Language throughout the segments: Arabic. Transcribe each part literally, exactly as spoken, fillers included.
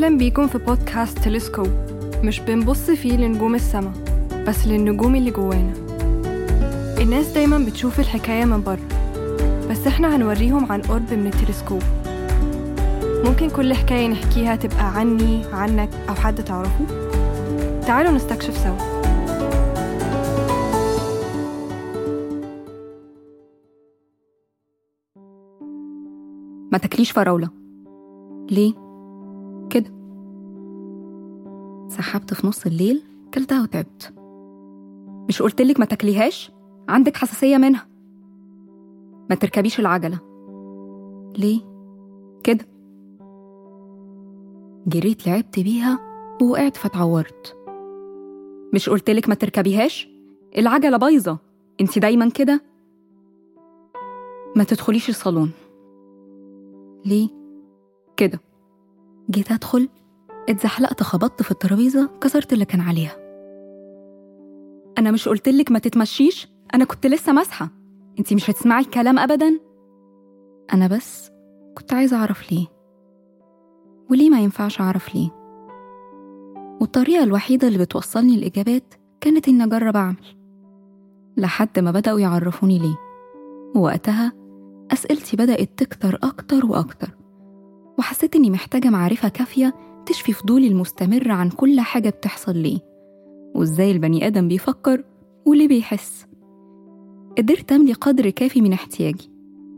أهلاً بيكم في بودكاست تلسكوب. مش بنبص فيه لنجوم السما بس للنجوم اللي جوانا. الناس دايماً بتشوف الحكاية من بره، بس إحنا هنوريهم عن قرب من التلسكوب. ممكن كل حكاية نحكيها تبقى عني، عنك، أو حد تعرفه. تعالوا نستكشف سوا. ما تاكليش فراولة. ليه؟ كده. سحبت في نص الليل، كلتها وتعبت. مش قلتلك ما تاكليهاش؟ عندك حساسية منها. ما تركبيش العجلة. ليه؟ كده. جريت لعبت بيها ووقعت فتعورت. مش قلتلك ما تركبيهاش؟ العجلة بايظة، انتي دايما كده. ما تدخليش الصالون. ليه؟ كده. جيت أدخل، اتزحلقت، خبطت في الترابيزة، كسرت اللي كان عليها. أنا مش قلتلك ما تتمشيش؟ أنا كنت لسه مسحة، انتي مش هتسمعي الكلام أبدا. أنا بس كنت عايزة أعرف ليه، وليه ما ينفعش أعرف ليه. والطريقة الوحيدة اللي بتوصلني الإجابات كانت إني أجرب أعمل، لحد ما بدأوا يعرفوني ليه. ووقتها أسئلتي بدأت تكتر أكتر وأكتر، وحسيت إني محتاجة معرفة كافية تشفي فضولي المستمر عن كل حاجة بتحصل ليه، وإزاي البني آدم بيفكر وليه بيحس. قدرت أملي قدر كافي من احتياجي.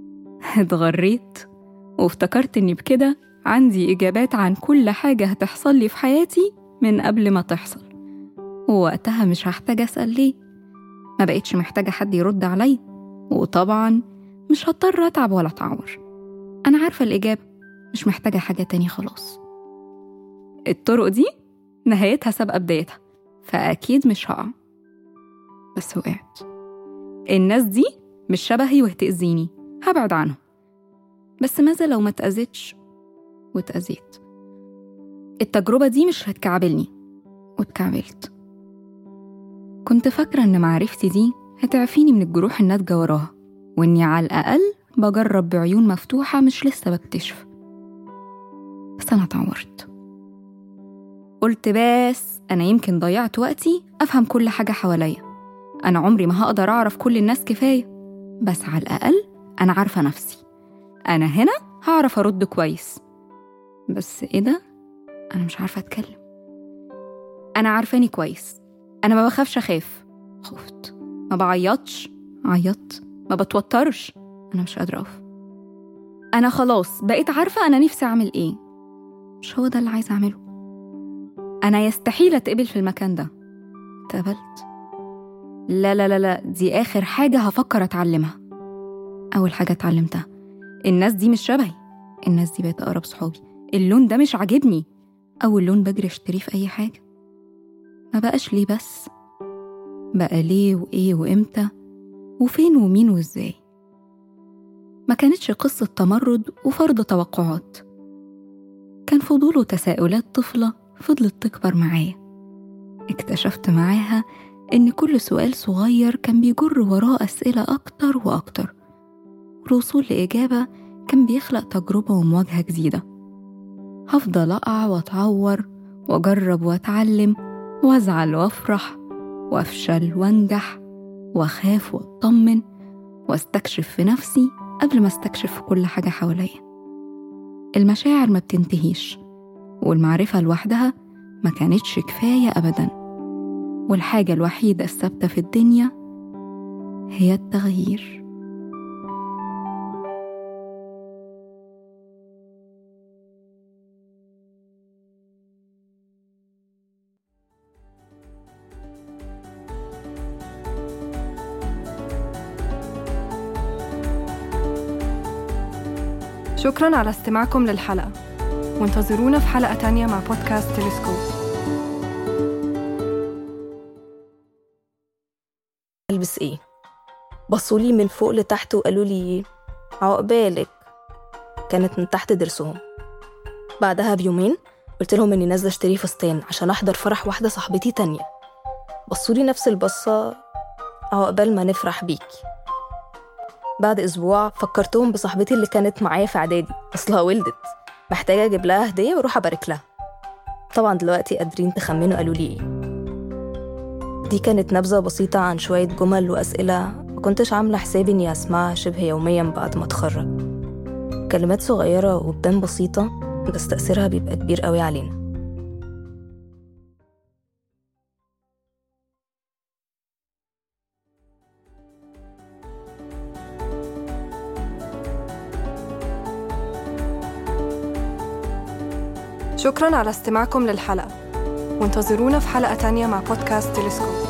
اتغريت وافتكرت إني بكده عندي إجابات عن كل حاجة هتحصل لي في حياتي من قبل ما تحصل، ووقتها مش هحتاج أسأل ليه. ما بقيتش محتاجة حد يرد علي، وطبعاً مش هضطر أتعب ولا أتعور. أنا عارفة الإجابة، مش محتاجة حاجة تاني خلاص. الطرق دي نهايتها سابقة بدايتها، فأكيد مش هقع. بس وقعت. الناس دي مش شبهي وهتأذيني، هبعد عنهم. بس ماذا لو ما تأذيتش وتأذيت؟ التجربة دي مش هتكعبلني، واتكعبلت. كنت فاكرة إن معرفتي دي هتعفيني من الجروح الناتجة وراها، وإني على الأقل بجرب بعيون مفتوحة مش لسه بكتشف. بس أنا اتعورت. قلت بس أنا يمكن ضيعت وقتي أفهم كل حاجة حواليا. أنا عمري ما هقدر أعرف كل الناس كفاية، بس على الأقل أنا عارفة نفسي. أنا هنا هعرف أرد كويس. بس إيه ده؟ أنا مش عارفة أتكلم. أنا عارفاني كويس. أنا ما بخافش أخاف، خفت. ما بعيطش، عيطت. ما بتوترش، أنا مش قادرة أقف. أنا خلاص بقيت عارفة أنا نفسي أعمل إيه. مش هو ده اللي عايزة أعمله. أنا يستحيل أتقبل في المكان ده. اتقبلت؟ لا لا لا لا، دي آخر حاجة هفكر أتعلمها. أول حاجة اتعلمتها، الناس دي مش شبهي. الناس دي بقت أقرب صحابي. اللون ده مش عاجبني. أول لون بجري اشتريه في أي حاجة. ما بقاش ليه بس، بقى ليه وإيه وإمتى وفين ومين وإزاي. ما كانتش قصة تمرد وفرض توقعات، كان فضول وتساؤلات طفلة فضلت تكبر معايا. اكتشفت معاها إن كل سؤال صغير كان بيجر وراه أسئلة أكتر وأكتر، والوصول لإجابة كان بيخلق تجربة ومواجهة جديدة. هفضل أقع وأتعور وأجرب وأتعلم وأزعل وأفرح وأفشل وأنجح وأخاف وأطمن وأستكشف في نفسي قبل ما أستكشف في كل حاجة حواليا. المشاعر ما بتنتهيش، والمعرفة لوحدها ما كانتش كفاية أبدا. والحاجة الوحيدة الثابتة في الدنيا هي التغيير. شكراً على استماعكم للحلقة، وانتظرونا في حلقة تانية مع بودكاست تلسكوب. ألبس إيه؟ بصولي من فوق لتحت وقالوا لي عقبالك. كانت من تحت درسهم. بعدها بيومين قلت لهم إني نازلة اشتري فستان عشان أحضر فرح واحدة صاحبتي تانية. بصولي نفس البصة، عقبال ما نفرح بيكي. بعد أسبوع فكرتهم بصاحبتي اللي كانت معايا في إعدادي، أصلها ولدت، محتاجة أجيب لها هدية وأروح أبارك لها. طبعا دلوقتي قادرين تخمنوا قالوا لي إيه. دي كانت نبذة بسيطة عن شوية جمل وأسئلة ما كنتش عاملة حسابي إني أسمعها شبه يوميا بعد ما أتخرج. كلمات صغيرة وبتبان بسيطة بس تأثيرها بيبقى كبير قوي علينا. شكراً على استماعكم للحلقة، وانتظرونا في حلقة تانية مع بودكاست تلسكوب.